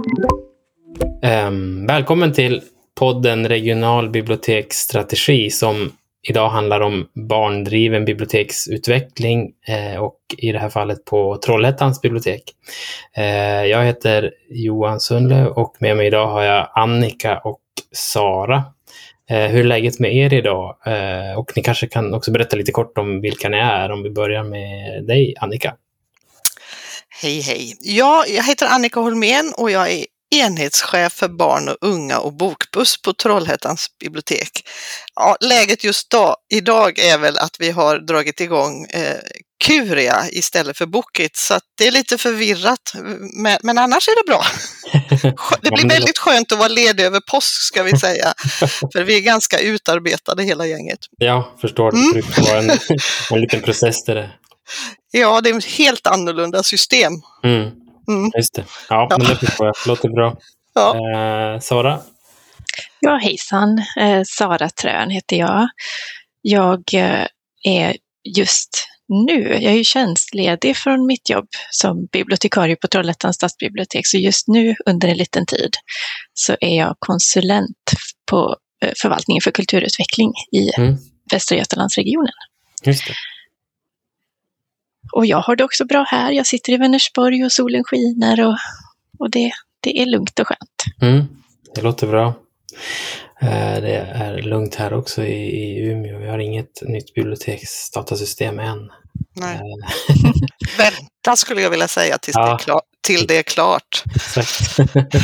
Välkommen till podden Regional biblioteksstrategi som idag handlar om barndriven biblioteksutveckling och i det här fallet på Trollhättans bibliotek. Jag heter Johan Sundlöv och med mig idag har jag Annika och Sara. Hur är läget med er idag? Och ni kanske kan också berätta lite kort om vilka ni är, om vi börjar med dig, Annika. Hej. Ja, jag heter Annika Holmén och jag är enhetschef för barn och unga och bokbuss på Trollhättans bibliotek. Ja, läget just idag är väl att vi har dragit igång Curia istället för Bookit, så att det är lite förvirrat, men annars är det bra. Det blir väldigt skönt att vara ledig över påsk, ska vi säga, för vi är ganska utarbetade hela gänget. Ja, förstår det. Det brukar vara en liten process till det. Ja, det är ett helt annorlunda system. Just det. Ja, men det förstår jag. Låter bra. Ja. Sara? Ja, hejsan. Sara Trön heter jag. Jag är just nu, jag är ju tjänstledig från mitt jobb som bibliotekarie på Trollhättans stadsbibliotek, så just nu under en liten tid så är jag konsulent på förvaltningen för kulturutveckling i Västra Götalandsregionen. Just det. Och jag har det också bra här. Jag sitter i Vänersborg och solen skiner och det är lugnt och skönt. Det låter bra. Det är lugnt här också i Umeå. Vi har inget nytt biblioteksdatasystem än. Nej. Vänta, skulle jag vilja säga till det är klart. Exakt.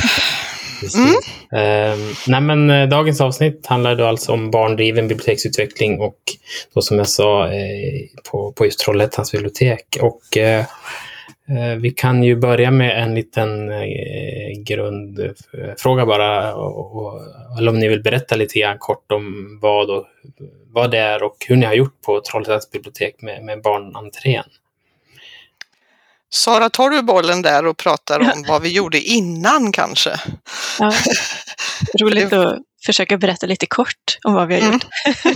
Nej, men dagens avsnitt handlar då alltså om barndriven biblioteksutveckling och då som jag sa på just Trollhättans bibliotek. Och vi kan ju börja med en liten grundfråga bara, eller om ni vill berätta lite grann kort om vad det är och hur ni har gjort på Trollhättans bibliotek med barnentrén. Sara, tar du bollen där och pratar om vad vi gjorde innan kanske? Ja, roligt att försöka berätta lite kort om vad vi har gjort.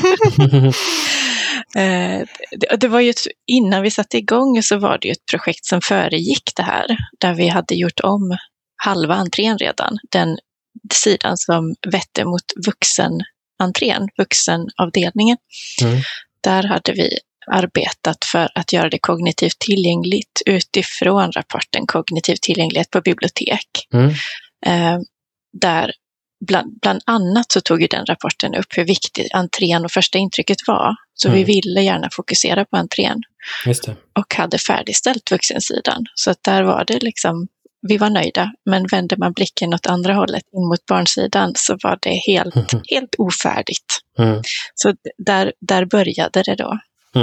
Det var ju innan vi satte igång så var det ju ett projekt som föregick det här, där vi hade gjort om halva entrén redan. Den sidan som vette mot vuxenavdelningen. Där hade vi arbetat för att göra det kognitivt tillgängligt utifrån rapporten Kognitiv tillgänglighet på bibliotek. Där bland annat så tog ju den rapporten upp hur viktig entrén och första intrycket var. Så vi ville gärna fokusera på entrén. Just det. Och hade färdigställt vuxensidan. Så att där var det liksom, vi var nöjda. Men vände man blicken åt andra hållet in mot barnsidan så var det helt ofärdigt. Så där började det då.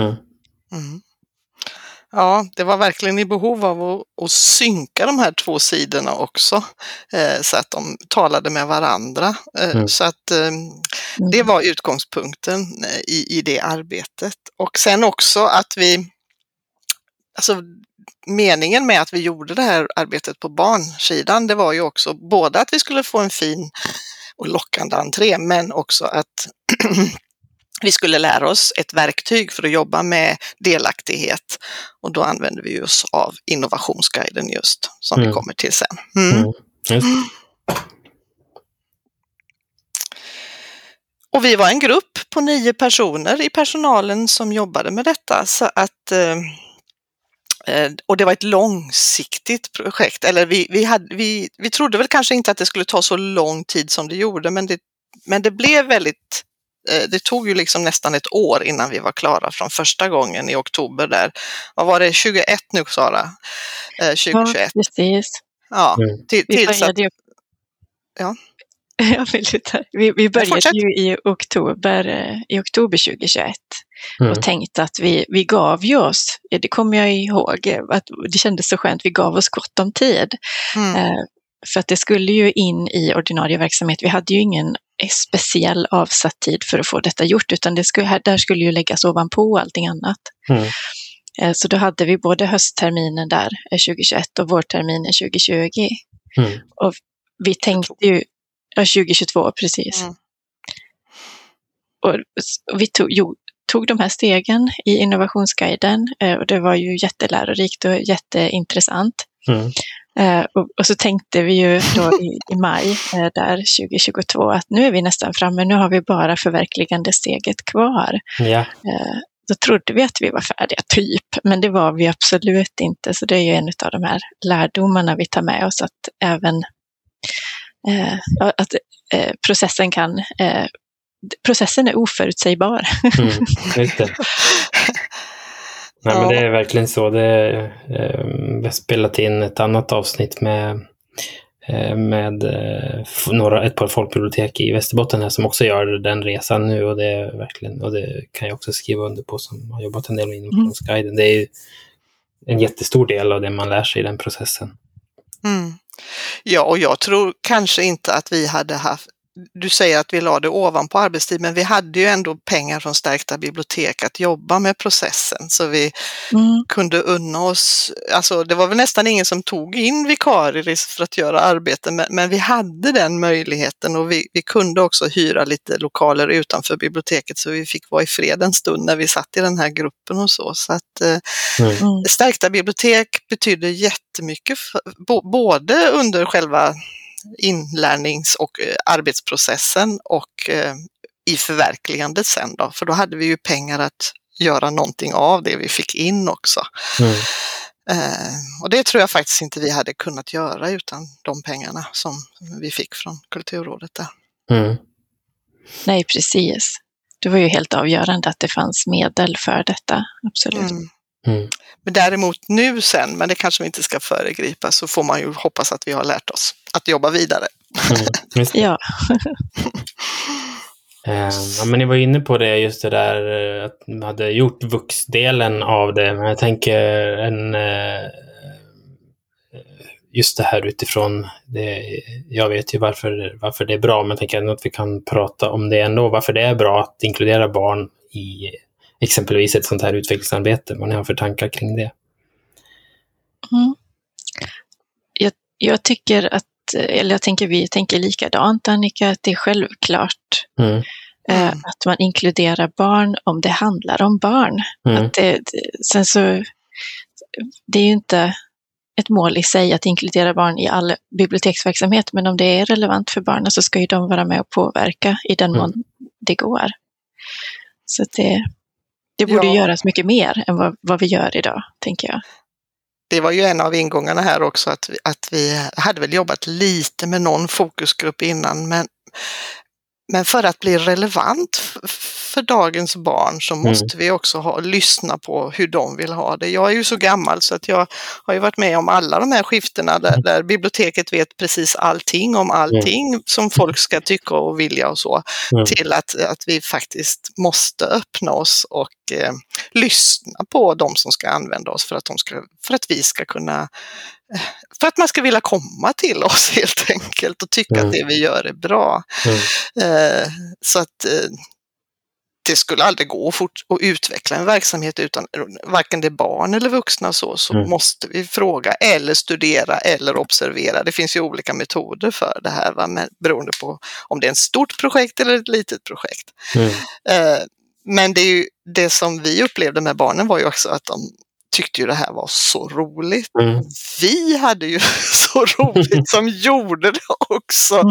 Ja, det var verkligen i behov av att synka de här två sidorna också, så att de talade med varandra. Så att det var utgångspunkten i det arbetet. Och sen också att meningen med att vi gjorde det här arbetet på barnsidan, det var ju också både att vi skulle få en fin och lockande entré, men också att vi skulle lära oss ett verktyg för att jobba med delaktighet, och då använder vi oss av innovationsguiden just, som vi kommer till sen. Och vi var en grupp på 9 personer i personalen som jobbade med detta, så att och det var ett långsiktigt projekt, eller vi trodde väl kanske inte att det skulle ta så lång tid som det gjorde, men det blev väldigt. Det tog ju liksom nästan ett år innan vi var klara från första gången i oktober där. Vad var det, 21 nu, Sara? 2021. Ja, precis. Ja, vi började ju i oktober 2021 och tänkte att vi gav ju oss, det kommer jag ihåg, att det kändes så skönt, vi gav oss gott om tid. För att det skulle ju in i ordinarie verksamhet. Vi hade ju ingen speciell avsatt tid för att få detta gjort, utan där skulle ju läggas ovanpå allting annat. Så då hade vi både höstterminen där 2021 och vårterminen 2020. Och vi tänkte ju 2022 precis. Och vi tog de här stegen i innovationsguiden, och det var ju jättelärorikt och jätteintressant. Och så tänkte vi ju då i maj där 2022 att nu är vi nästan framme, nu har vi bara förverkligandesteget kvar. Ja. Då trodde vi att vi var färdiga, typ, men det var vi absolut inte. Så det är ju en av de här lärdomarna vi tar med oss, att även processen är oförutsägbar. Just det. Nej, men det är verkligen så. Vi har spelat in ett annat avsnitt med ett par folkbibliotek i Västerbotten här som också gör den resan nu, och det är verkligen, och det kan jag också skriva under på som har jobbat en del med Innovationsguiden. Det är ju en jättestor del av det man lär sig i den processen. Ja, och jag tror kanske inte att vi hade haft, du säger att vi la det ovanpå arbetstid, men vi hade ju ändå pengar från Stärkta bibliotek att jobba med processen, så vi kunde unna oss, alltså det var väl nästan ingen som tog in vikarier för att göra arbete, men vi hade den möjligheten, och vi kunde också hyra lite lokaler utanför biblioteket, så vi fick vara i fred en stund när vi satt i den här gruppen och så att Stärkta bibliotek betyder jättemycket både under själva inlärnings- och arbetsprocessen och i förverkligandet sen då, för då hade vi ju pengar att göra någonting av det vi fick in också. Och det tror jag faktiskt inte vi hade kunnat göra utan de pengarna som vi fick från Kulturrådet där. Nej, precis. Det var ju helt avgörande att det fanns medel för detta, absolut. Men däremot nu sen, men det kanske vi inte ska föregripa, så får man ju hoppas att vi har lärt oss att jobba vidare. Ja. Ja, men ni var inne på det, just det där att man hade gjort vuxdelen av det, men jag tänker just det här utifrån det, jag vet ju varför det är bra, men jag tänker ändå att vi kan prata om det ändå, varför det är bra att inkludera barn i exempelvis ett sånt här utvecklingsarbete. Vad ni har för tankar kring det? Jag tycker att, eller jag tänker vi tänker likadant, Annika, att det är självklart att man inkluderar barn om det handlar om barn. Att sen så, det är ju inte ett mål i sig att inkludera barn i all biblioteksverksamhet, men om det är relevant för barnen så ska ju de vara med och påverka i den mån det går. Så att det borde göras mycket mer än vad vi gör idag, tänker jag. Det var ju en av ingångarna här också, att vi hade väl jobbat lite med någon fokusgrupp innan, men för att bli relevant för dagens barn så måste vi också lyssna på hur de vill ha det. Jag är ju så gammal så att jag har ju varit med om alla de här skiftena där biblioteket vet precis allting om allting som folk ska tycka och vilja och så, till att vi faktiskt måste öppna oss och lyssna på de som ska använda oss för att vi ska kunna, för att man ska vilja komma till oss helt enkelt och tycka att det vi gör är bra. Så att det skulle aldrig gå att utveckla en verksamhet utan varken det är barn eller vuxna så måste vi fråga eller studera eller observera. Det finns ju olika metoder för det här, beroende på om det är ett stort projekt eller ett litet projekt. Men det är ju det som vi upplevde med barnen var ju också att de tyckte ju det här var så roligt. Vi hade ju så roligt som gjorde det också.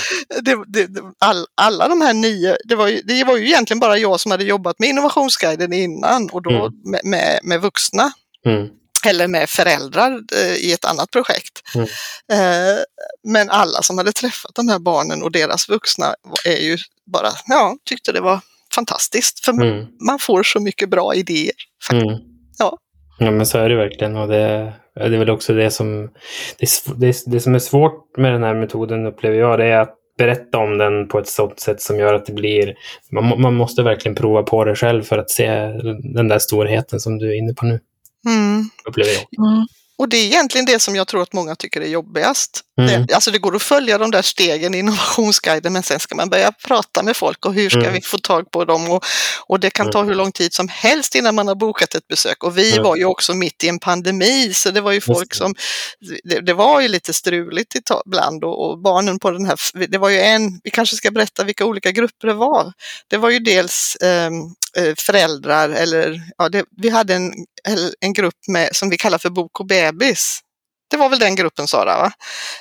Alla de här 9, det var ju egentligen bara jag som hade jobbat med Innovationsguiden innan och då med vuxna. Eller med föräldrar i ett annat projekt. Men alla som hade träffat de här barnen och deras vuxna är ju bara, tyckte det var fantastiskt. För man får så mycket bra idéer. Ja, men så är det verkligen, och det är väl också det som är svårt med den här metoden, upplever jag, det är att berätta om den på ett sådant sätt som gör att det blir, man måste verkligen prova på det själv för att se den där storheten som du är inne på nu. Upplever jag. Och det är egentligen det som jag tror att många tycker är jobbigast. Det går att följa de där stegen i Innovationsguiden, men sen ska man börja prata med folk och hur ska vi få tag på dem, och det kan ta hur lång tid som helst innan man har bokat ett besök. Och vi var ju också mitt i en pandemi, så det var ju folk som, det var ju lite struligt ibland, och barnen på den här, det var ju vi kanske ska berätta vilka olika grupper det var. Det var ju dels föräldrar, vi hade en grupp som vi kallar för Bok och bebis. det var väl den gruppen, Sara, va?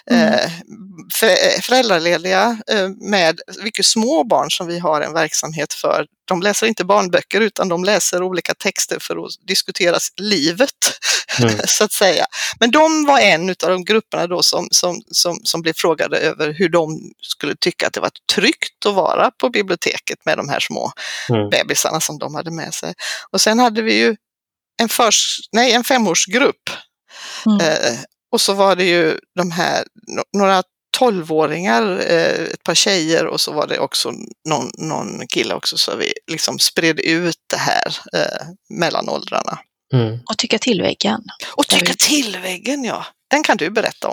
Föräldralediga med mycket små barn som vi har en verksamhet för. De läser inte barnböcker utan de läser olika texter för att diskutera livet, så att säga. Men de var en av de grupperna då som blev frågade över hur de skulle tycka att det var tryggt att vara på biblioteket med de här små bebisarna som de hade med sig. Och sen hade vi ju en 5-årsgrupp. Och så var det ju de här, några 12-åringar, ett par tjejer och så var det också någon kille också, så vi liksom spred ut det här mellan åldrarna. Och tycka till väggen. Och tycka till väggen, ja. Den kan du berätta om.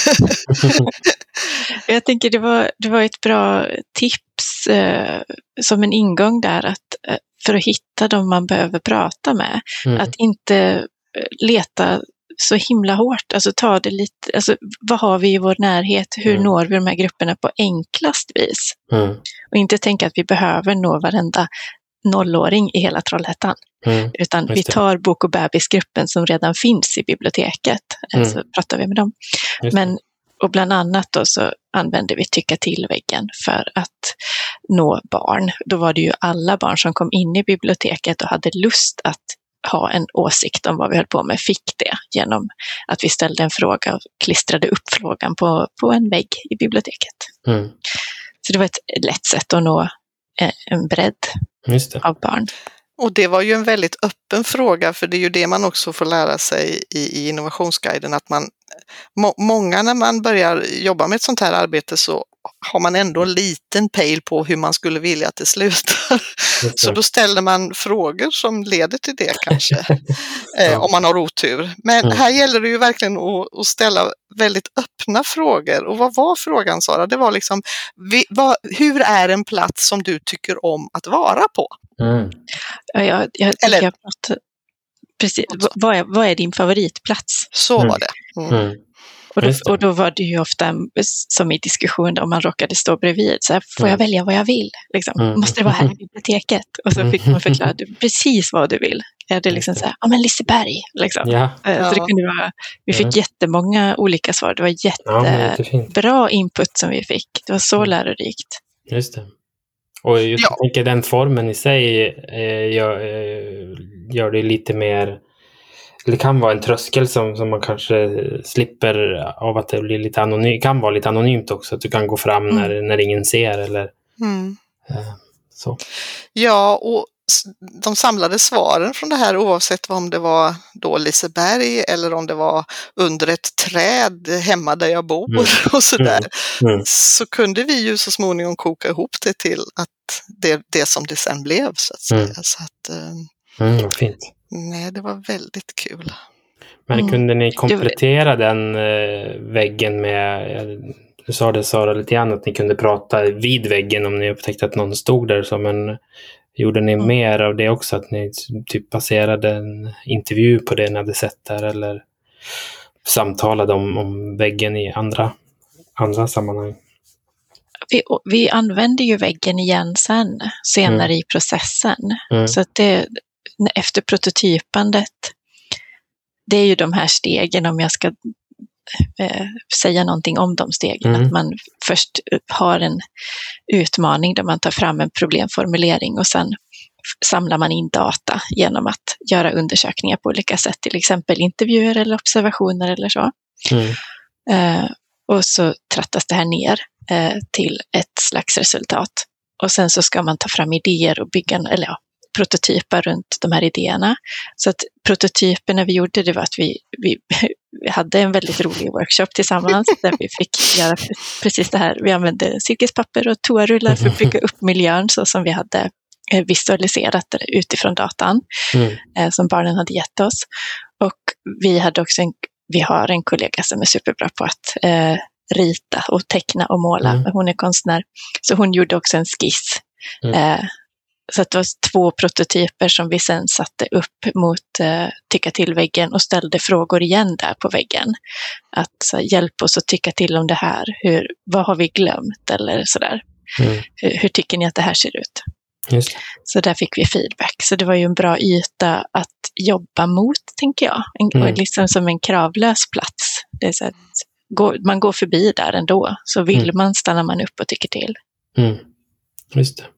Jag tänker det var ett bra tips som en ingång där, att för att hitta dem man behöver prata med. Att inte leta så himla hårt, alltså ta det lite, alltså vad har vi i vår närhet, hur når vi de här grupperna på enklast vis, och inte tänka att vi behöver nå varenda 0-åring i hela Trollhättan, utan vi tar bok- och bebisgruppen som redan finns i biblioteket, så pratar vi med dem. Och bland annat då så använde vi tycka till väggen för att nå barn. Då var det ju alla barn som kom in i biblioteket och hade lust att ha en åsikt om vad vi höll på med, fick det genom att vi ställde en fråga och klistrade upp frågan på en vägg i biblioteket. Så det var ett lätt sätt att nå en bredd av barn. Och det var ju en väldigt öppen fråga, för det är ju det man också får lära sig i Innovationsguiden, att många när man börjar jobba med ett sånt här arbete så har man ändå en liten pejl på hur man skulle vilja att det slutar. Så då ställer man frågor som leder till det kanske, om man har otur. Men här gäller det ju verkligen att ställa väldigt öppna frågor. Och vad var frågan, Sara? Det var liksom, hur är en plats som du tycker om att vara på? Jag pratar, precis, vad är din favoritplats? Så var det. Och då var det ju ofta som i diskussion om man råkade stå bredvid. Så här, får jag välja vad jag vill? Liksom, måste det vara här i biblioteket? Och så fick man förklara precis vad du vill. Är det liksom så här, men Liseberg. Liksom. Så det kunde vara, vi fick jättemånga olika svar. Det var jättebra input som vi fick. Det var så lärorikt. Just det. Och jag tänker den formen i sig gör det lite mer. Det kan vara en tröskel som man kanske slipper av att det blir lite anonymt. Kan vara lite anonymt också, att du kan gå fram när ingen ser eller så. Ja, och de samlade svaren från det här, oavsett om det var då Liseberg eller om det var under ett träd hemma där jag bor och sådär, så kunde vi ju så småningom koka ihop det till att det som det sen blev, så att säga. Så att, fint. Nej, det var väldigt kul. Men kunde ni komplettera den väggen med, du sa det Sara lite grann, att ni kunde prata vid väggen om ni upptäckte att någon stod där som en, gjorde ni mer av det också, att ni typ baserade en intervju på det ni hade sett där, eller samtalade om väggen i andra sammanhang? Vi använde ju väggen igen senare i processen. Så att efter prototypandet, det är ju de här stegen, om jag ska säga någonting om de stegen, att man först har en utmaning där man tar fram en problemformulering och sen samlar man in data genom att göra undersökningar på olika sätt, till exempel intervjuer eller observationer eller så. Och så trattas det här ner till ett slags resultat. Och sen så ska man ta fram idéer och bygga, prototyper runt de här idéerna. Så att prototyperna vi gjorde, det var att vi hade en väldigt rolig workshop tillsammans där vi fick göra precis det här. Vi använde silkespapper och toarullar för att bygga upp miljön så som vi hade visualiserat det utifrån datan som barnen hade gett oss. Och vi hade också vi har en kollega som är superbra på att rita och teckna och måla. Hon är konstnär. Så hon gjorde också en skiss. Så det var 2 prototyper som vi sen satte upp mot tycka till väggen och ställde frågor igen där på väggen. Att hjälp oss att tycka till om det här. Vad har vi glömt eller sådär. Hur tycker ni att det här ser ut? Just. Så där fick vi feedback. Så det var ju en bra yta att jobba mot, tänker jag. Liksom som en kravlös plats. Det är så att man går förbi där ändå. Så vill man, stannar man upp och tycker till. Just det.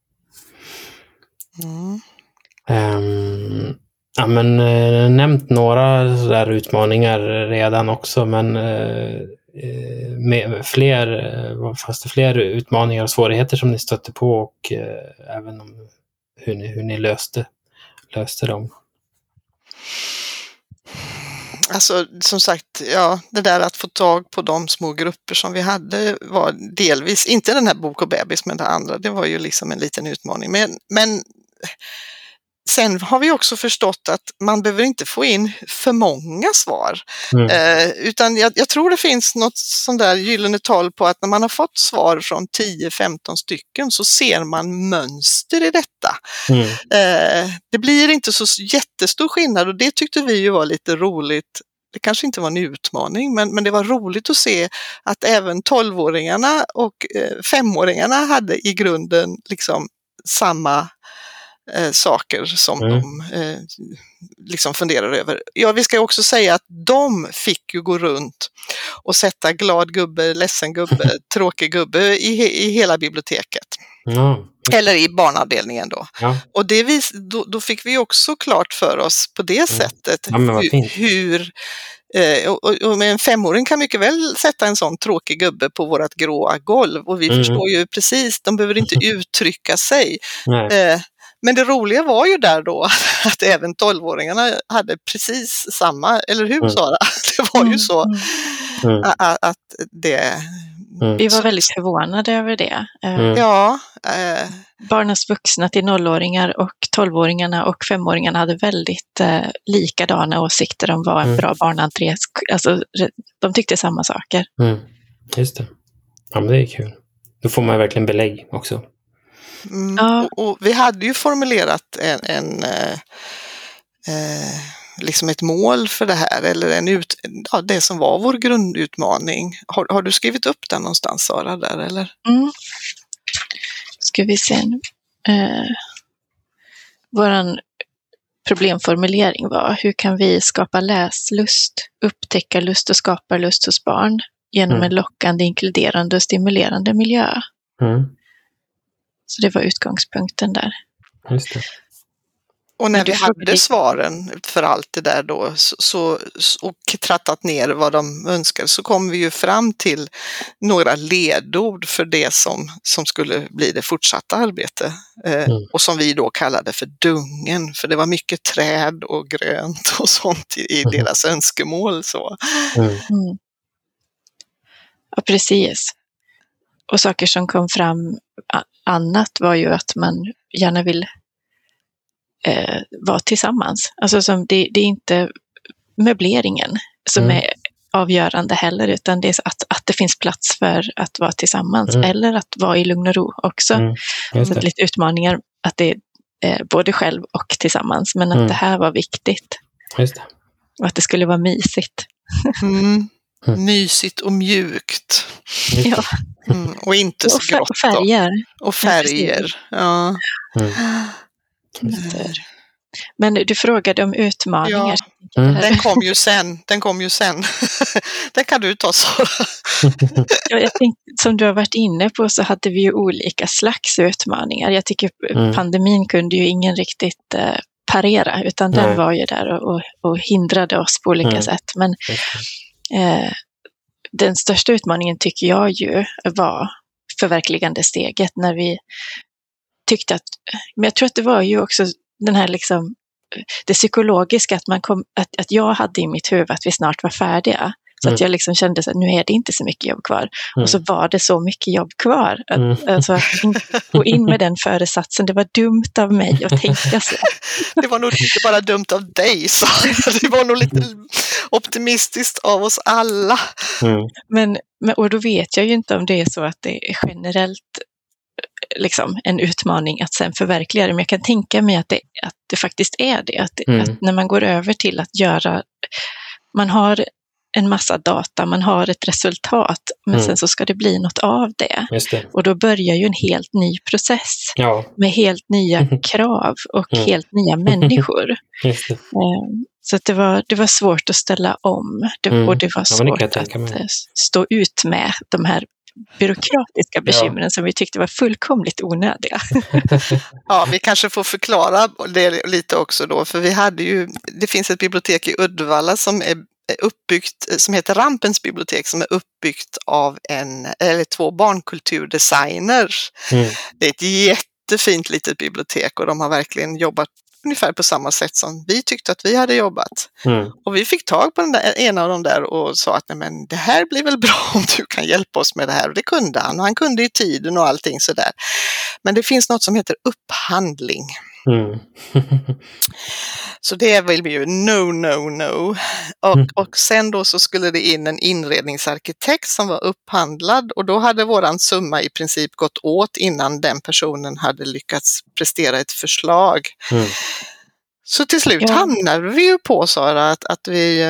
Ja, men nämnt några så där utmaningar redan också, men med fler utmaningar och svårigheter som ni stötte på, och även om hur ni löste dem. Alltså som sagt, ja, det där att få tag på de små grupper som vi hade var delvis, inte den här Bok och bebis, men det andra, det var ju liksom en liten utmaning. Men sen har vi också förstått att man behöver inte få in för många svar. Utan jag tror det finns något sånt där gyllene tal på att när man har fått svar från 10-15 stycken så ser man mönster i detta. Det blir inte så jättestor skillnad, och det tyckte vi ju var lite roligt. Det kanske inte var en utmaning, men det var roligt att se att även 12-åringarna och 5-åringarna hade i grunden liksom samma saker som de liksom funderar över. Ja, vi ska också säga att de fick ju gå runt och sätta glad gubbe, ledsen gubbe, tråkig gubbe i hela biblioteket. Eller i barnavdelningen då. Ja. Och då fick vi också klart för oss på det sättet hur och med en 5-åring kan mycket väl sätta en sån tråkig gubbe på vårat gråa golv, och vi förstår ju precis, de behöver inte uttrycka sig. Men det roliga var ju där då att även 12-åringarna hade precis samma, eller hur Sara? Det var ju så att det... Vi var väldigt förvånade över det. Barnens vuxna till 0-åringar och 12-åringarna och 5-åringarna hade väldigt likadana åsikter om vad en bra barnentré. Alltså, de tyckte samma saker. Just det. Ja, men det är kul. Då får man verkligen belägg också. Och vi hade ju formulerat liksom ett mål för det här, eller det som var vår grundutmaning. Har du skrivit upp den någonstans, Sara, där eller? Ska vi se. Våran problemformulering var: hur kan vi skapa läslust, upptäcka lust och skapa lust hos barn genom en lockande, inkluderande och stimulerande miljö? Så det var utgångspunkten där. Just det. Och när vi hade svaren för allt det där då och trattat ner vad de önskar, så kom vi ju fram till några ledord för det som skulle bli det fortsatta arbetet. Och som vi då kallade för dungen, för det var mycket träd och grönt och sånt i deras önskemål. Så. Ja, precis. Och saker som kom fram annat var ju att man gärna vill vara tillsammans. Alltså som det är inte möbleringen som är avgörande heller, utan det är att det finns plats för att vara tillsammans eller att vara i lugn och ro också. Så lite utmaningar att det är både själv och tillsammans, men att det här var viktigt. Just det. Och att det skulle vara mysigt. Mysigt och mjukt. Ja. Och inte så grått. Och färger. Och färger, ja. Men du frågade om utmaningar. Ja, den kom ju sen. Den kan du ta, Sara. Ja, jag tänkte, som du har varit inne på, så hade vi ju olika slags utmaningar. Jag tycker pandemin kunde ju ingen riktigt parera, utan den var ju där och hindrade oss på olika sätt. Men den största utmaningen tycker jag ju var förverkligande steget, när vi tyckte att, men jag tror att det var ju också den här liksom det psykologiska, att jag hade i mitt huvud att vi snart var färdiga, så att jag liksom kände att nu är det inte så mycket jobb kvar, och så var det så mycket jobb kvar. Alltså att gå in med den föresatsen, det var dumt av mig att tänka så. Det var nog inte bara dumt av dig, så det var nog lite optimistiskt av oss alla. Men och då vet jag ju inte om det är så att det är generellt liksom en utmaning att sen förverkliga det, men jag kan tänka mig att det faktiskt är det, att när man går över till att göra, man har en massa data, man har ett resultat, men sen så ska det bli något av det. Just det. Och då börjar ju en helt ny process med helt nya krav och helt nya människor. Just det. Så att det var svårt att ställa om och det var svårt att stå ut med de här byråkratiska bekymren som vi tyckte var fullkomligt onödiga. Ja, vi kanske får förklara det lite också då, för det finns ett bibliotek i Uddevalla som är uppbyggt, som heter Rampens bibliotek, som är uppbyggt av två barnkulturdesigners. Det är ett jättefint litet bibliotek och de har verkligen jobbat ungefär på samma sätt som vi tyckte att vi hade jobbat. Och vi fick tag på den där, ena av dem där och sa att nej, men det här blir väl bra om du kan hjälpa oss med det här. Och det kunde han, och han kunde i tiden och allting sådär. Men det finns något som heter upphandling. Så det vill vi ju no. Och sen då så skulle det in en inredningsarkitekt som var upphandlad, och då hade våran summa i princip gått åt innan den personen hade lyckats prestera ett förslag. Så till slut hamnade vi ju på, Sara, att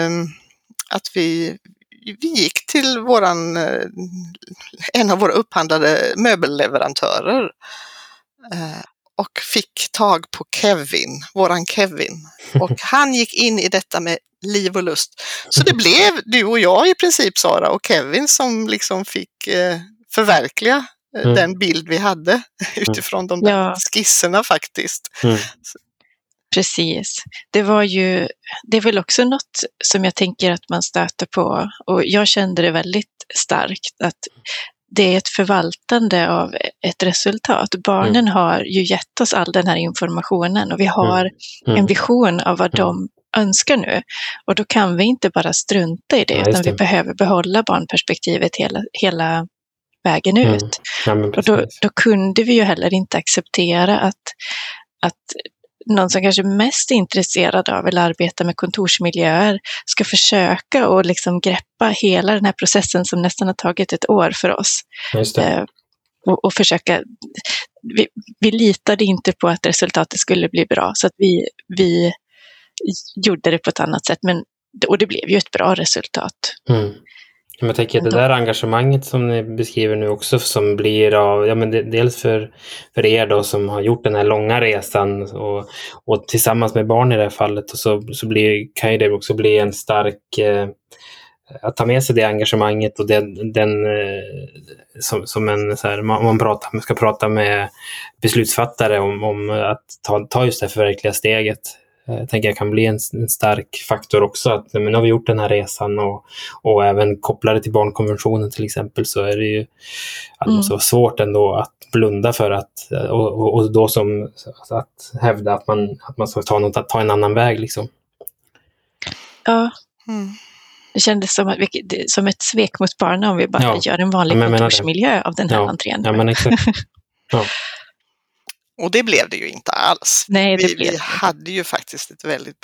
vi gick till en av våra upphandlade möbelleverantörer och fick tag på våran Kevin. Och han gick in i detta med liv och lust. Så det blev du och jag i princip, Sara, och Kevin som liksom fick förverkliga den bild vi hade utifrån de där skisserna faktiskt. Precis. Det är väl också något som jag tänker att man stöter på, och jag kände det väldigt starkt, att det är ett förvaltande av ett resultat. Barnen har ju gett oss all den här informationen och vi har en vision av vad de önskar nu. Och då kan vi inte bara strunta i det, utan vi behöver behålla barnperspektivet hela vägen ut. Och då kunde vi ju heller inte acceptera att någon som kanske är mest intresserad av eller arbetar med kontorsmiljöer ska försöka och liksom greppa hela den här processen som nästan har tagit ett år för oss. Just det. Och försöka, vi litade inte på att resultatet skulle bli bra, så att vi gjorde det på ett annat sätt, och det blev ju ett bra resultat. Jag tänker att det där engagemanget som ni beskriver nu också, som blir av, dels för er då som har gjort den här långa resan och tillsammans med barn i det här fallet, och så kan ju det också bli en stark att ta med sig det engagemanget och som en så här, man ska prata med beslutsfattare om att ta just det förverkliga steget. Jag tänker att det kan bli en stark faktor också, att nu har vi gjort den här resan och även kopplade till barnkonventionen till exempel, så är det ju så svårt ändå att blunda för att och då som att hävda att man ska ta en annan väg liksom. Ja. Det kändes som ett svek mot barnen om vi bara gör en vanlig kontorsmiljö av den här entrén. Ja, men exakt. Ja. Och det blev det ju inte alls. Nej, vi hade ju faktiskt ett väldigt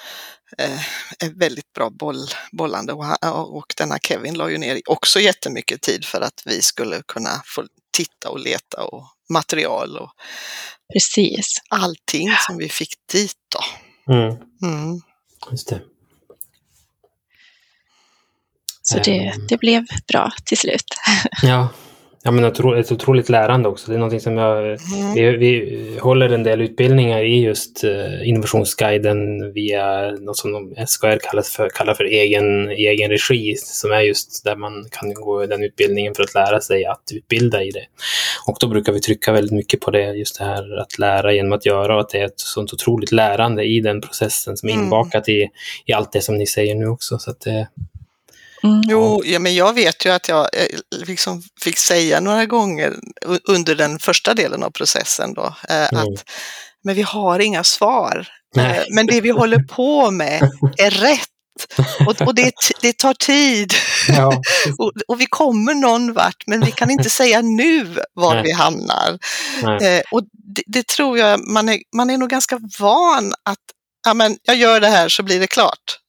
bra bollande, och denna Kevin la ju ner också jättemycket tid för att vi skulle kunna få titta och leta och material och precis allting som vi fick dit då. Just det. Så det blev bra till slut. Ja, men ett otroligt lärande också. Det är någonting som vi håller en del utbildningar i just innovationsguiden via något som SKR kallar för egen regi, som är just där man kan gå den utbildningen för att lära sig att utbilda i det. Och då brukar vi trycka väldigt mycket på det, just det här att lära genom att göra, och att det är ett sånt otroligt lärande i den processen som är inbakat i allt det som ni säger nu också. Så att det men jag vet ju att jag liksom fick säga några gånger under den första delen av processen då, att men vi har inga svar. Men det vi håller på med är rätt. Och det tar tid. Ja. och vi kommer någon vart, men vi kan inte säga nu var vi hamnar. Och det tror jag, man är nog ganska van att men jag gör det här så blir det klart.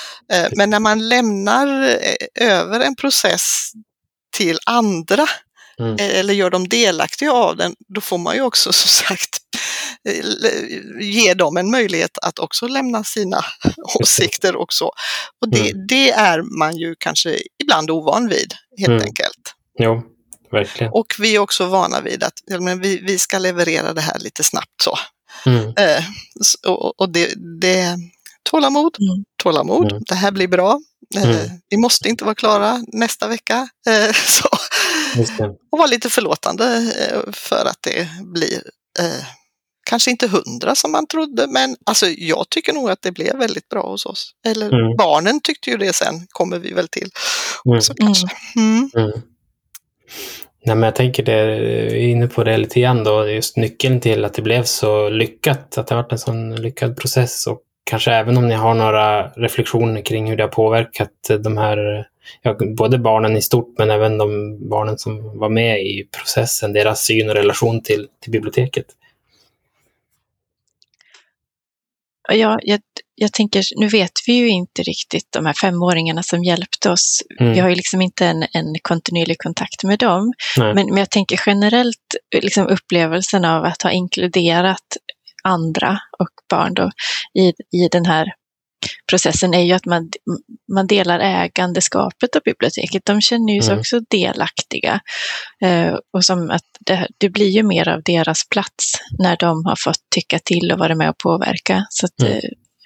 Men när man lämnar över en process till andra eller gör dem delaktiga av den, då får man ju också som sagt ge dem en möjlighet att också lämna sina åsikter också. Och det är man ju kanske ibland ovan vid, helt enkelt. Jo, verkligen. Och vi är också vana vid att vi ska leverera det här lite snabbt så. Och det tålamod, det här blir bra. Vi måste inte vara klara nästa vecka. Så. Och vara lite förlåtande för att det blir kanske inte 100 som man trodde, men alltså, jag tycker nog att det blev väldigt bra hos oss. Eller barnen tyckte ju det, sen kommer vi väl till också kanske. Nej, men jag tänker det är inne på det lite grann då, just nyckeln till att det blev så lyckat, att det har varit en sån lyckad process, och kanske även om ni har några reflektioner kring hur det har påverkat de här, både barnen i stort men även de barnen som var med i processen, deras syn och relation till biblioteket. Ja, jag tänker, nu vet vi ju inte riktigt de här 5-åringarna som hjälpte oss. Vi har ju liksom inte en kontinuerlig kontakt med dem. Men jag tänker generellt liksom upplevelsen av att ha inkluderat andra och barn då i den här processen är ju att man delar ägandeskapet av biblioteket. De känner ju sig också delaktiga. Och som att det blir ju mer av deras plats när de har fått tycka till och vara med och påverka. Så att,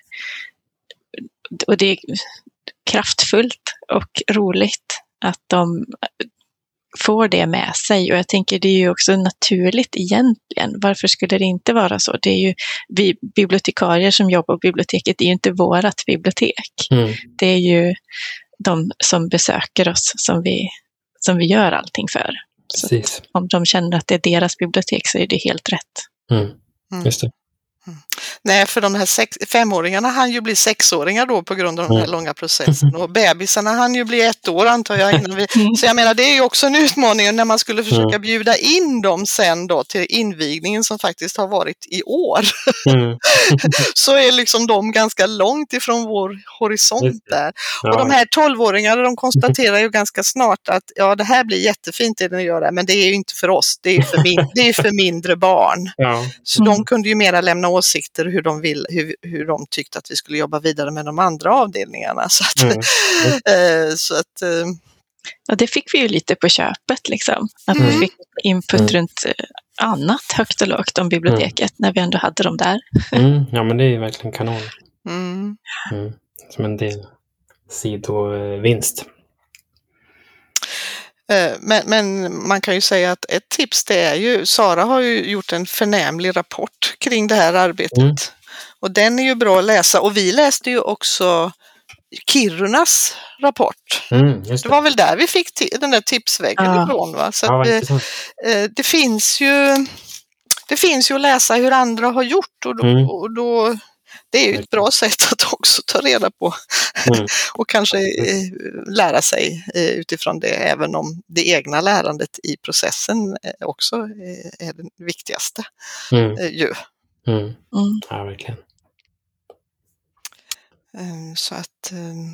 och det är kraftfullt och roligt att de får det med sig. Och jag tänker det är ju också naturligt egentligen. Varför skulle det inte vara så? Det är ju vi bibliotekarier som jobbar på biblioteket, det är ju inte vårat bibliotek. Det är ju de som besöker oss som vi gör allting för. Så om de känner att det är deras bibliotek så är det helt rätt. Just det. Nej, för de här 5-åringarna hann ju bli 6-åringar då på grund av den här långa processen. Och bebisarna hann ju bli 1 år antar jag innan vi... Så jag menar, det är ju också en utmaning när man skulle försöka bjuda in dem sen då till invigningen som faktiskt har varit i år. Så är liksom de ganska långt ifrån vår horisont där. Och de här 12-åringarna, de konstaterar ju ganska snart att ja, det här blir jättefint det ni gör där, men det är ju inte för oss, det är för mindre barn. Så de kunde ju mera lämna åsikter hur de tyckte att vi skulle jobba vidare med de andra avdelningarna. Ja, det fick vi ju lite på köpet liksom. Att vi fick input runt annat högt och lågt om biblioteket när vi ändå hade dem där. Ja, men det är ju verkligen kanon. Som en del sidovinst. Men man kan ju säga att ett tips det är ju, Sara har ju gjort en förnämlig rapport kring det här arbetet. Och den är ju bra att läsa. Och vi läste ju också Kirunas rapport. Det var väl där vi fick den där tipsväggen ifrån, va? Så att, det finns ju att läsa hur andra har gjort och då det är ju ett bra sätt att också ta reda på och kanske lära sig utifrån det, även om det egna lärandet i processen också är det viktigaste. Ja, verkligen. Så att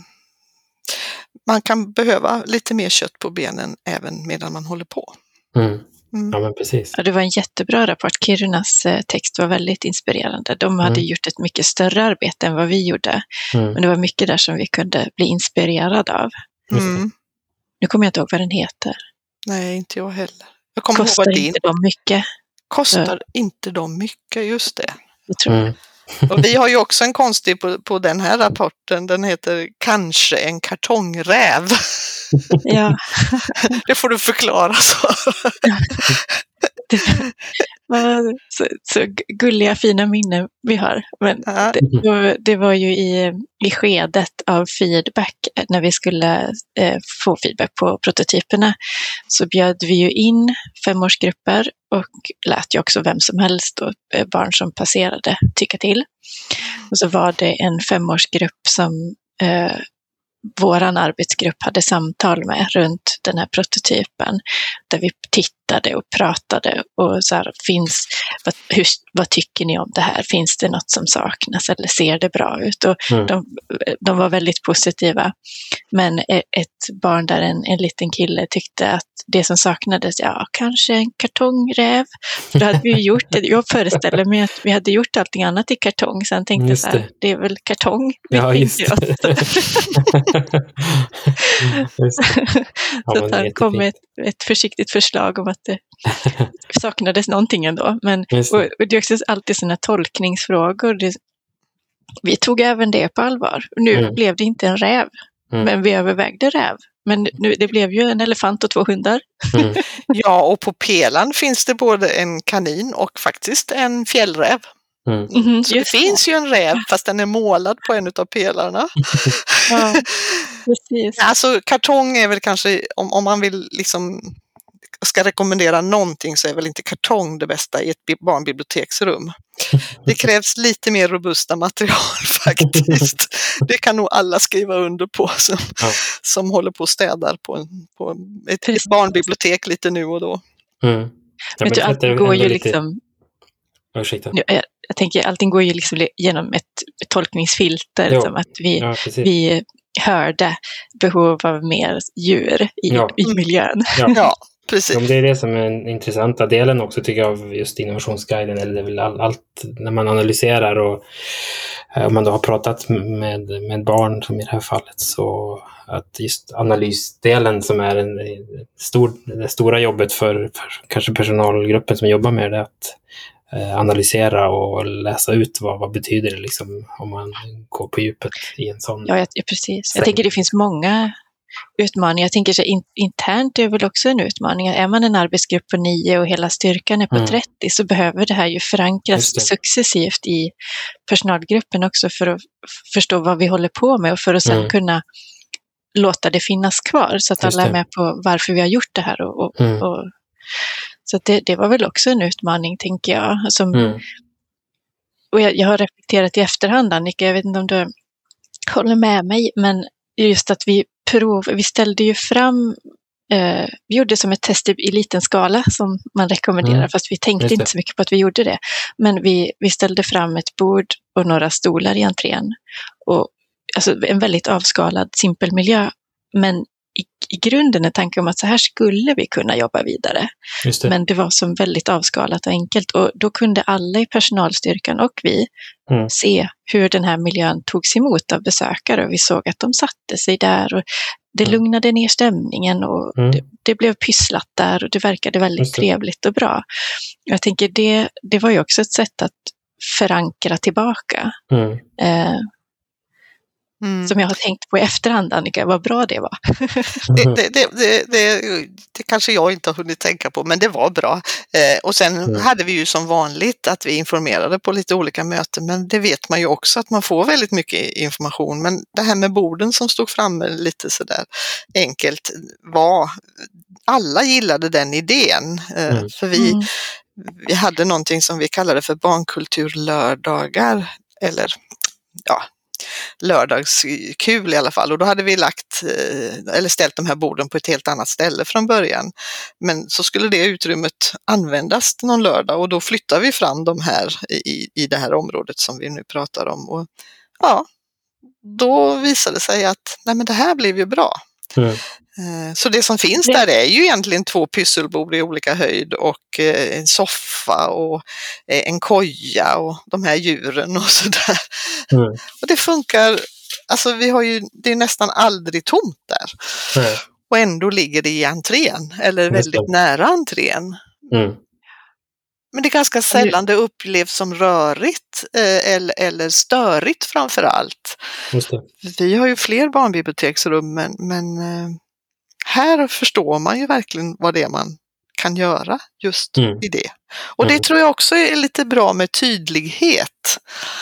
man kan behöva lite mer kött på benen även medan man håller på. Ja, men precis. Ja, det var en jättebra rapport. Kirunas text var väldigt inspirerande. De hade gjort ett mycket större arbete än vad vi gjorde. Men det var mycket där som vi kunde bli inspirerade av. Nu kommer jag inte ihåg vad den heter. Nej, inte jag heller. Jag kommer Kostar ihåg inte de mycket? Kostar inte de mycket, just det. Jag tror Och vi har ju också en konstig på den här rapporten. Den heter Kanske en kartongräv. Ja. Det får du förklara så. Så gulliga fina minnen vi har. Men det var ju i skedet av feedback, när vi skulle få feedback på prototyperna, så bjöd vi ju in 5-årsgrupper och lät ju också vem som helst och barn som passerade tycka till. Och så var det en 5-årsgrupp som våran arbetsgrupp hade samtal med runt den här prototypen, där vi poddade och pratade och så här, vad tycker ni om det här? Finns det något som saknas eller ser det bra ut? Och de var väldigt positiva. Men ett barn där, en liten kille, tyckte att det som saknades, kanske en kartongräv. Då hade vi gjort det. Jag föreställer mig att vi hade gjort allting annat i kartong. Sen tänkte jag så här, det är väl kartong. Ja, just det. Så att han kom med ett försiktigt förslag om att det saknades någonting ändå. Men och det är också alltid sådana tolkningsfrågor. Vi tog även det på allvar. Nu blev det inte en räv, men vi övervägde räv. Men nu, det blev ju en elefant och 2 hundar. Ja, och på pelaren finns det både en kanin och faktiskt en fjällräv. Så det finns ju en räv, fast den är målad på en av pelarna. Ja, precis. Alltså kartong är väl kanske, om man vill liksom ska rekommendera någonting, så är väl inte kartong det bästa i ett barnbiblioteksrum. Det krävs lite mer robusta material faktiskt. Det kan nog alla skriva under på som håller på och städar på ett barnbibliotek lite nu och då. Men du, allt går ju liksom... Jag tänker, allting går ju liksom genom ett tolkningsfilter, som att vi hörde behov av mer djur i miljön. Ja, precis. Det är det som är den intressanta delen också, tycker jag, av just innovationsguiden, eller det är väl allt när man analyserar, och om man då har pratat med barn, som i det här fallet, så att just analysdelen som är det stora jobbet för kanske personalgruppen som jobbar med det, att analysera och läsa ut vad betyder det liksom, om man går på djupet i en sån. Ja, precis. Jag tänker det finns många utmaningar. Jag tänker så internt är väl också en utmaning. Är man en arbetsgrupp på 9 och hela styrkan är på 30, så behöver det här ju förankras successivt i personalgruppen också, för att förstå vad vi håller på med och för att sen kunna låta det finnas kvar, så att alla är med på varför vi har gjort det här. Och så det var väl också en utmaning, tänker jag. Och jag har reflekterat i efterhand, Annika, jag vet inte om du håller med mig, men just att vi ställde ju fram, vi gjorde som ett test i liten skala som man rekommenderar, fast vi tänkte inte så mycket på att vi gjorde det. Men vi ställde fram ett bord och några stolar i entrén. Och, alltså en väldigt avskalad, simpel miljö, men i grunden en tanke om att så här skulle vi kunna jobba vidare. Men det var som väldigt avskalat och enkelt, och då kunde alla i personalstyrkan och vi se hur den här miljön togs emot av besökare, och vi såg att de satte sig där och det lugnade ner stämningen, och det blev pysslat där och det verkade väldigt trevligt och bra. Jag tänker det var ju också ett sätt att förankra tillbaka. Som jag har tänkt på i efterhand, Annika, vad bra det var. Det kanske jag inte har hunnit tänka på, men det var bra. Och sen hade vi ju som vanligt att vi informerade på lite olika möten, men det vet man ju också att man får väldigt mycket information. Men det här med borden som stod framme lite sådär enkelt, alla gillade den idén. För vi hade någonting som vi kallade för barnkulturlördagar, eller lördagskul i alla fall, och då hade vi ställt de här borden på ett helt annat ställe från början, men så skulle det utrymmet användas någon lördag, och då flyttar vi fram de här i det här området som vi nu pratar om, och då visade det sig att men det här blev ju bra. Så det som finns där är ju egentligen 2 pysselbord i olika höjd och en soffa och en koja och de här djuren och sådär. Och det funkar, alltså det är nästan aldrig tomt där. Och ändå ligger det i entrén, eller väldigt nära entrén. Men det är ganska sällan det upplevs som rörigt eller störigt framför allt. Vi har ju fler barnbiblioteksrum, men här förstår man ju verkligen vad det är man kan göra just i det. Och det tror jag också är lite bra med tydlighet.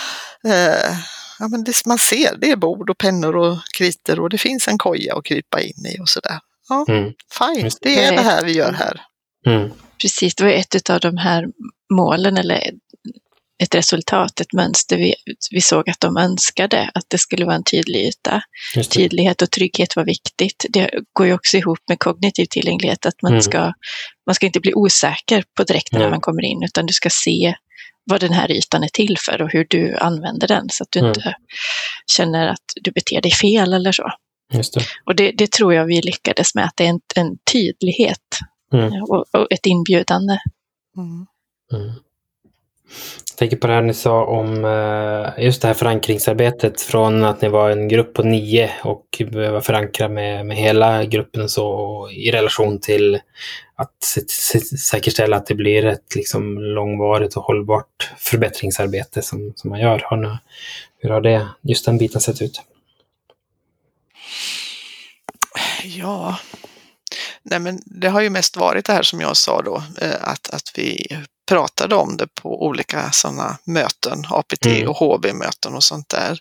Men man ser, det är bord och pennor och kritor, och det finns en koja att krypa in i och sådär. Fine, det är det här vi gör här. Precis, det var ett av de här målen, eller ett resultat, ett mönster vi såg att de önskade, att det skulle vara en tydlig yta. Tydlighet och trygghet var viktigt. Det går ju också ihop med kognitiv tillgänglighet, att man ska inte bli osäker på direkt när man kommer in, utan du ska se vad den här ytan är till för och hur du använder den, så att du inte känner att du beter dig fel eller så. Just det. Och det tror jag vi lyckades med, att det är en tydlighet och ett inbjudande. Jag tänker på det här ni sa om just det här förankringsarbetet, från att ni var en grupp på 9 och behöva förankra med hela gruppen, så i relation till att säkerställa att det blir ett liksom långvarigt och hållbart förbättringsarbete som man gör. Hur har det, just den biten, sett ut? Ja, nej, men det har ju mest varit det här som jag sa då, att vi pratade om det på olika sådana möten, APT och HB-möten och sånt där.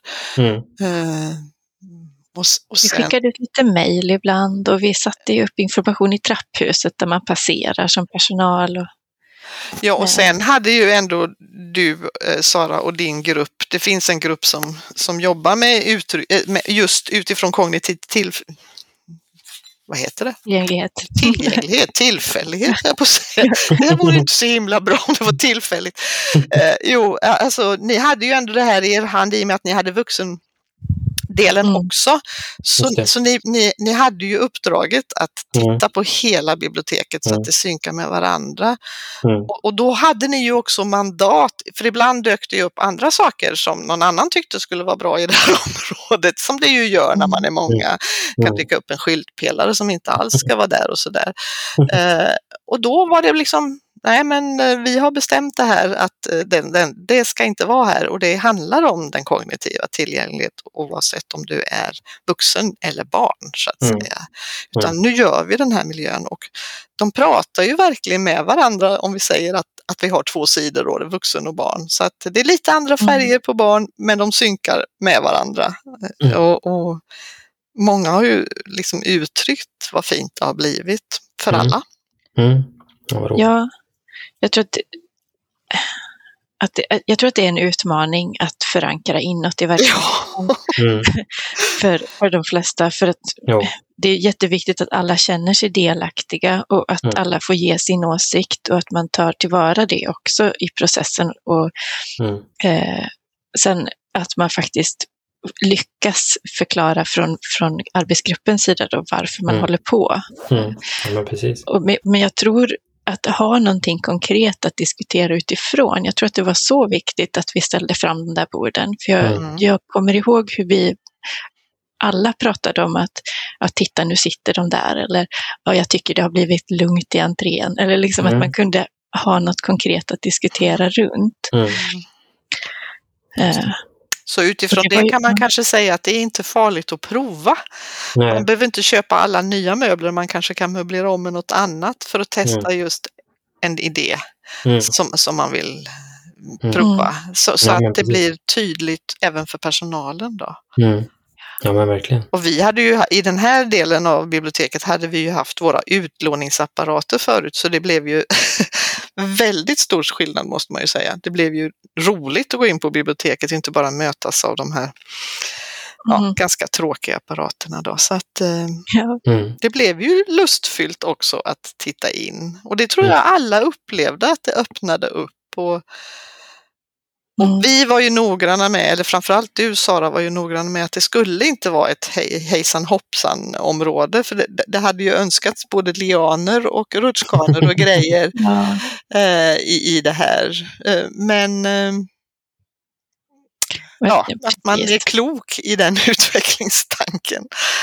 Och vi skickade ut lite mejl ibland, och vi satte upp information i trapphuset där man passerar som personal. Ja, och sen hade ju ändå du, Sara, och din grupp, det finns en grupp som jobbar med just utifrån kognitiv vad heter det? Tillgänglighet, tillfällighet, jag på att säga. Det vore inte så himla bra om det var tillfälligt. Alltså ni hade ju ändå det här i er hand, i och med att ni hade vuxendelen också. Så ni hade ju uppdraget att titta på hela biblioteket så att det synkar med varandra. Och då hade ni ju också mandat, för ibland dök det ju upp andra saker som någon annan tyckte skulle vara bra i det här området, som det ju gör när man är många. Kan dyka upp en skyltpelare som inte alls ska vara där och sådär. Och då var det liksom, nej, men vi har bestämt det här att det ska inte vara här, och det handlar om den kognitiva tillgängligheten oavsett om du är vuxen eller barn, så att säga. Utan nu gör vi den här miljön, och de pratar ju verkligen med varandra, om vi säger att vi har 2 sidor då, det vuxen och barn. Så att det är lite andra färger på barn, men de synkar med varandra. Och många har ju liksom uttryckt vad fint det har blivit för alla. Ja, jag tror att det är en utmaning att förankra inåt i verkligheten för de flesta, för att det är jätteviktigt att alla känner sig delaktiga och att alla får ge sin åsikt, och att man tar tillvara det också i processen, och sen att man faktiskt lyckas förklara från arbetsgruppens sida då varför man håller på. Ja, precis. Men jag tror att ha någonting konkret att diskutera utifrån. Jag tror att det var så viktigt att vi ställde fram de där borden. För jag kommer ihåg hur vi alla pratade om att titta, nu sitter de där. Eller jag tycker det har blivit lugnt i entrén. Eller liksom att man kunde ha något konkret att diskutera runt. Så utifrån det kan man kanske säga att det är inte farligt att prova. Nej. Man behöver inte köpa alla nya möbler, man kanske kan möblera om med något annat för att testa just en idé som man vill prova. Så att det blir tydligt även för personalen då. Ja, men verkligen. Och vi hade ju i den här delen av biblioteket hade vi ju haft våra utlåningsapparater förut, så det blev ju väldigt stor skillnad, måste man ju säga. Det blev ju roligt att gå in på biblioteket, inte bara mötas av de här ganska tråkiga apparaterna då. Så att det blev ju lustfyllt också att titta in. Och det tror jag alla upplevde, att det öppnade upp. Och vi var ju noggranna med, eller framförallt du, Sara, var ju noggrann med att det skulle inte vara ett hejsan hoppsan område, för det hade ju önskats både lianer och rutschkanor och grejer i det här. Men att man är klok i den utvecklingstanken.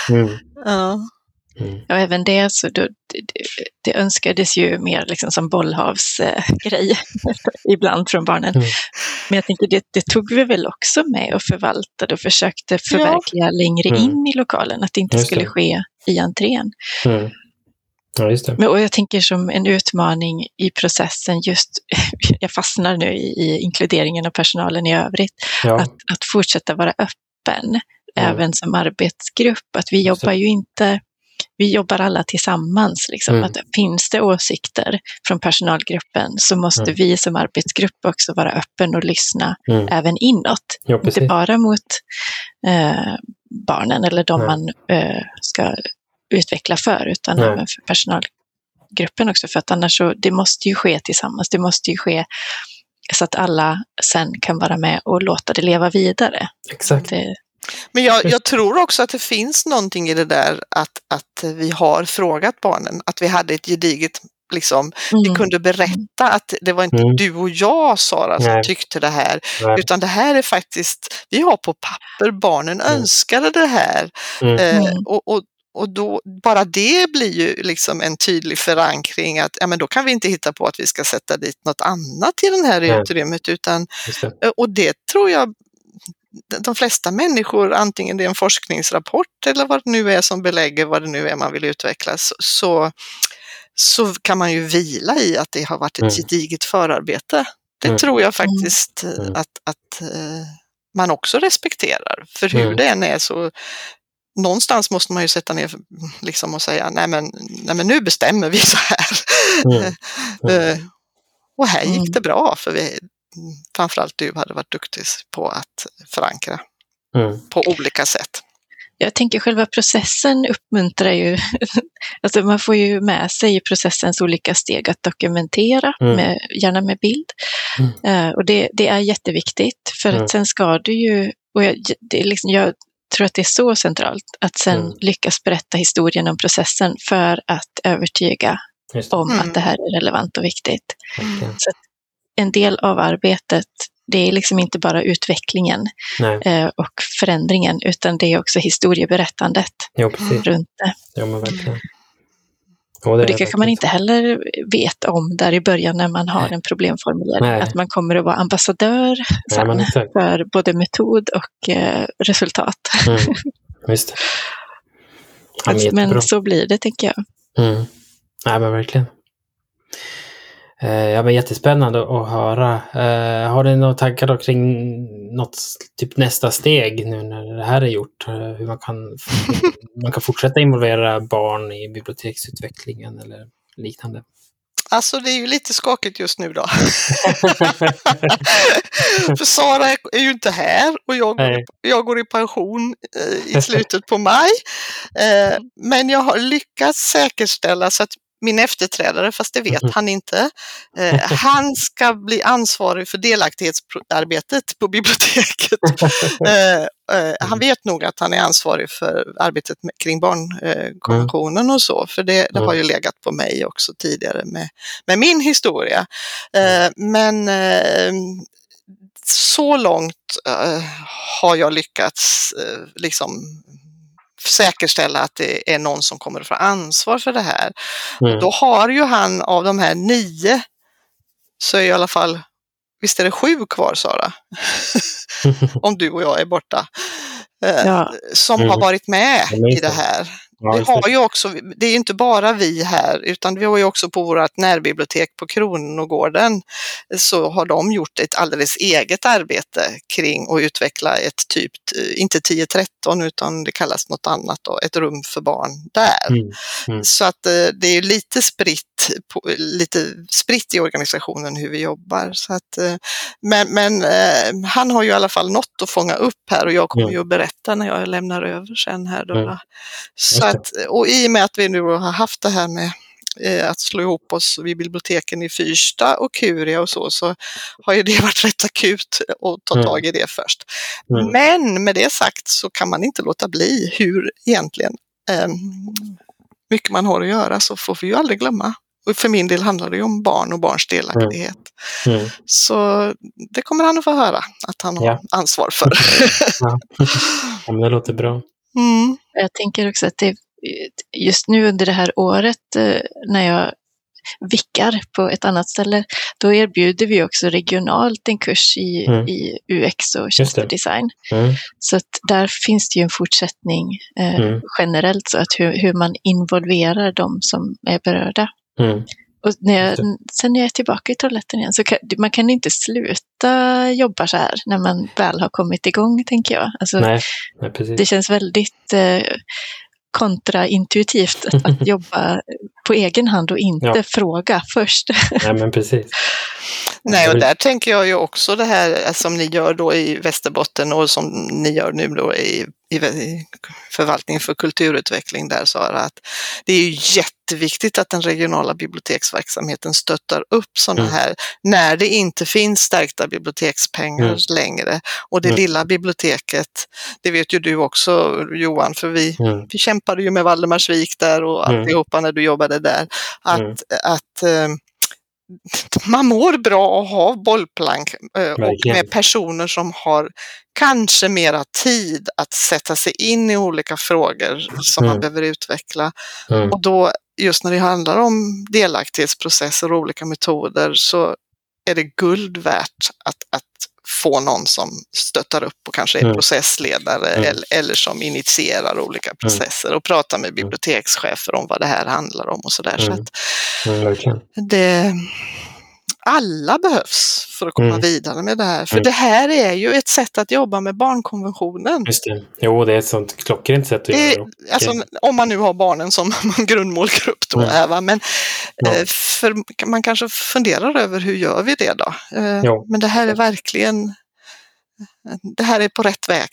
Ja, även det, så det önskades ju mer liksom som bollhavsgrej ibland från barnen. Men jag tänker det tog vi väl också med och förvaltade och försökte förverkliga längre in i lokalen, att det inte skulle ske i entrén. Ja, just det. Och jag tänker som en utmaning i processen, just jag fastnar nu i inkluderingen av personalen i övrigt, att fortsätta vara öppen även som arbetsgrupp, att vi jobbar ju inte, vi jobbar alla tillsammans. Liksom. Att finns det åsikter från personalgruppen så måste vi som arbetsgrupp också vara öppen och lyssna även inåt. Ja, inte bara mot barnen eller de man ska utveckla för, utan även för personalgruppen också. För att annars så, det måste ju ske tillsammans. Det måste ju ske så att alla sen kan vara med och låta det leva vidare. Exakt. Men jag tror också att det finns någonting i det där att vi har frågat barnen, att vi hade ett gediget, liksom, vi kunde berätta att det var inte du och jag, Sara, som tyckte det här, utan det här är faktiskt, vi har på papper, barnen önskade det här. Och då, bara det blir ju liksom en tydlig förankring att men då kan vi inte hitta på att vi ska sätta dit något annat i den här utrymmet, utan, och det tror jag de flesta människor, antingen det är en forskningsrapport eller vad det nu är som belägger vad det nu är man vill utveckla, så kan man ju vila i att det har varit ett gediget förarbete. Det tror jag faktiskt att man också respekterar. För hur det än är så någonstans måste man ju sätta ner liksom och säga nej men nu bestämmer vi så här. Och här gick det bra, för framförallt du hade varit duktig på att förankra på olika sätt. Jag tänker själva processen uppmuntrar ju, alltså man får ju med sig i processens olika steg att dokumentera, gärna med bild. Och det är jätteviktigt, för att sen ska du ju, och jag tror att det är så centralt att sen lyckas berätta historien om processen för att övertyga om att det här är relevant och viktigt. Så att en del av arbetet, det är liksom inte bara utvecklingen och förändringen, utan det är också historieberättandet runt det. Ja, men verkligen. Och det kanske man inte heller vet om där i början när man har en problemformulering. Att man kommer att vara ambassadör för både metod och resultat. Just det. Men så blir det, tänker jag. Ja, men verkligen. Ja, men jättespännande att höra. Har du några tankar då kring något typ nästa steg nu när det här är gjort? Hur man kan fortsätta involvera barn i biblioteksutvecklingen eller liknande? Alltså det är ju lite skakigt just nu då. För Sara är ju inte här och jag går i pension i slutet på maj. Men jag har lyckats säkerställa så att min efterträdare, fast det vet han inte, han ska bli ansvarig för delaktighetsarbetet på biblioteket. Han vet nog att han är ansvarig för arbetet kring barnkonventionen och så, för det har ju legat på mig också tidigare med min historia. Men så långt har jag lyckats liksom säkerställa att det är någon som kommer att få ansvar för det här. Då har ju han av de här 9, så är i alla fall, visst är det 7 kvar, Sara? Om du och jag är borta. Som har varit med i det här. Vi har ju också, det är inte bara vi här, utan vi har ju också på vårt närbibliotek på Kronogården, så har de gjort ett alldeles eget arbete kring att utveckla ett typ, inte 10-13 utan det kallas något annat då, ett rum för barn där. Så att det är lite spritt i organisationen hur vi jobbar. Så att, men han har ju i alla fall något att fånga upp här, och jag kommer ju att berätta när jag lämnar över sen här då. Så att, och i och med att vi nu har haft det här med att slå ihop oss vid biblioteken i Fyrsta och Kuria och så har ju det varit rätt akut att ta tag i det först. Men med det sagt så kan man inte låta bli hur egentligen mycket man har att göra, så får vi ju aldrig glömma. Och för min del handlar det ju om barn och barns delaktighet. Så det kommer han att få höra att han har ansvar för. Ja, men det låter bra. Jag tänker också att det just nu under det här året när jag vickar på ett annat ställe, då erbjuder vi också regionalt en kurs i UX och tjänstedesign. Så att där finns det ju en fortsättning generellt, så att hur man involverar de som är berörda. Och sen när jag är tillbaka i Trollhättan igen, så man kan inte sluta jobba så här när man väl har kommit igång, tänker jag. Alltså, nej, precis. Det känns väldigt kontraintuitivt att jobba på egen hand och inte fråga först. Nej, men precis. Nej, och där tänker jag ju också det här som ni gör då i Västerbotten och som ni gör nu då i förvaltningen för kulturutveckling där, Sara, att det är ju jätteviktigt att den regionala biblioteksverksamheten stöttar upp sådana här när det inte finns stärkta bibliotekspengar längre. Och det lilla biblioteket, det vet ju du också Johan, för vi kämpade ju med Valdemarsvik där och alltihopa när du jobbade där, att man mår bra att ha bollplank och med personer som har kanske mera tid att sätta sig in i olika frågor som man behöver utveckla. Och då just när det handlar om delaktighetsprocesser och olika metoder så är det guld värt att få någon som stöttar upp och kanske är processledare eller som initierar olika processer och pratar med bibliotekschefer om vad det här handlar om och sådär. Så att alla behövs för att komma vidare med det här. För det här är ju ett sätt att jobba med barnkonventionen. Just det. Jo, det är ett sånt klockrent sätt att göra. Alltså, om man nu har barnen som grundmålgrupp då är, va? Men för man kanske funderar över hur gör vi det då? Men det här är verkligen, det här är på rätt väg.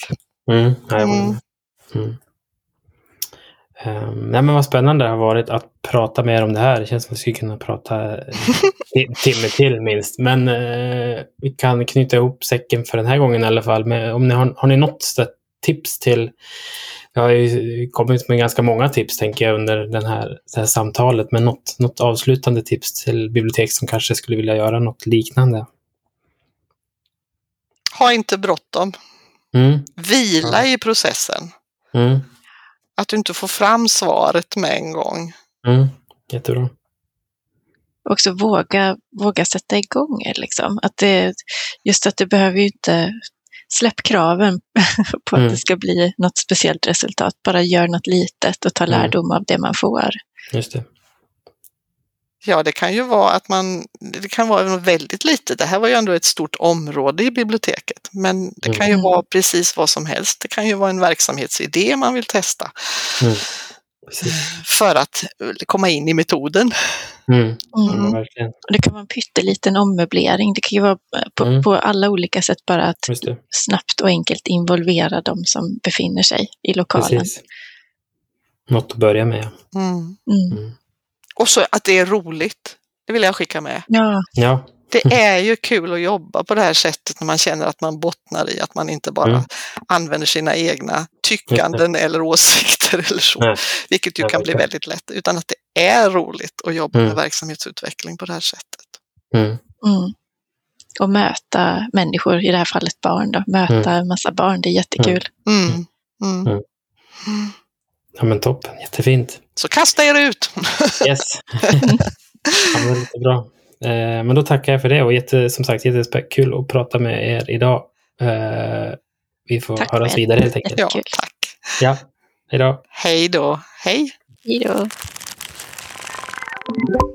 Nej, men vad spännande det har varit att prata mer om det här. Det känns som att vi skulle kunna prata timme till minst. Men vi kan knyta ihop säcken för den här gången i alla fall. Men om ni har ni något tips till... Jag har ju kommit med ganska många tips tänker jag under det här samtalet. Men något avslutande tips till bibliotek som kanske skulle vilja göra något liknande? Ha inte bråttom. Vila i processen. Att du inte får fram svaret med en gång. Jättebra. Också våga sätta igång liksom. Att det behöver ju inte släpp kraven på att det ska bli något speciellt resultat. Bara gör något litet och ta lärdom av det man får. Just det. Ja, det kan ju vara att det kan vara väldigt litet. Det här var ju ändå ett stort område i biblioteket. Men det kan ju vara precis vad som helst. Det kan ju vara en verksamhetsidé man vill testa. För att komma in i metoden. Verkligen. Det kan vara en pytteliten ommöblering. Det kan ju vara på alla olika sätt bara att snabbt och enkelt involvera de som befinner sig i lokalen. Precis. Något att börja med. Och så att det är roligt. Det vill jag skicka med. Ja. Det är ju kul att jobba på det här sättet när man känner att man bottnar i att man inte bara använder sina egna tyckanden eller åsikter eller så. Vilket ju kan bli väldigt lätt. Utan att det är roligt att jobba med verksamhetsutveckling på det här sättet. Och möta människor, i det här fallet barn då. Möta en massa barn, det är jättekul. Ja men toppen, jättefint. Så kasta er ut! Yes. Ja, men lite bra. Men då tackar jag för det och som sagt jättekul att prata med er idag. Vi får höras vidare helt enkelt. Ja, tack. Ja, hej då. Hej då. Hej. Hej då.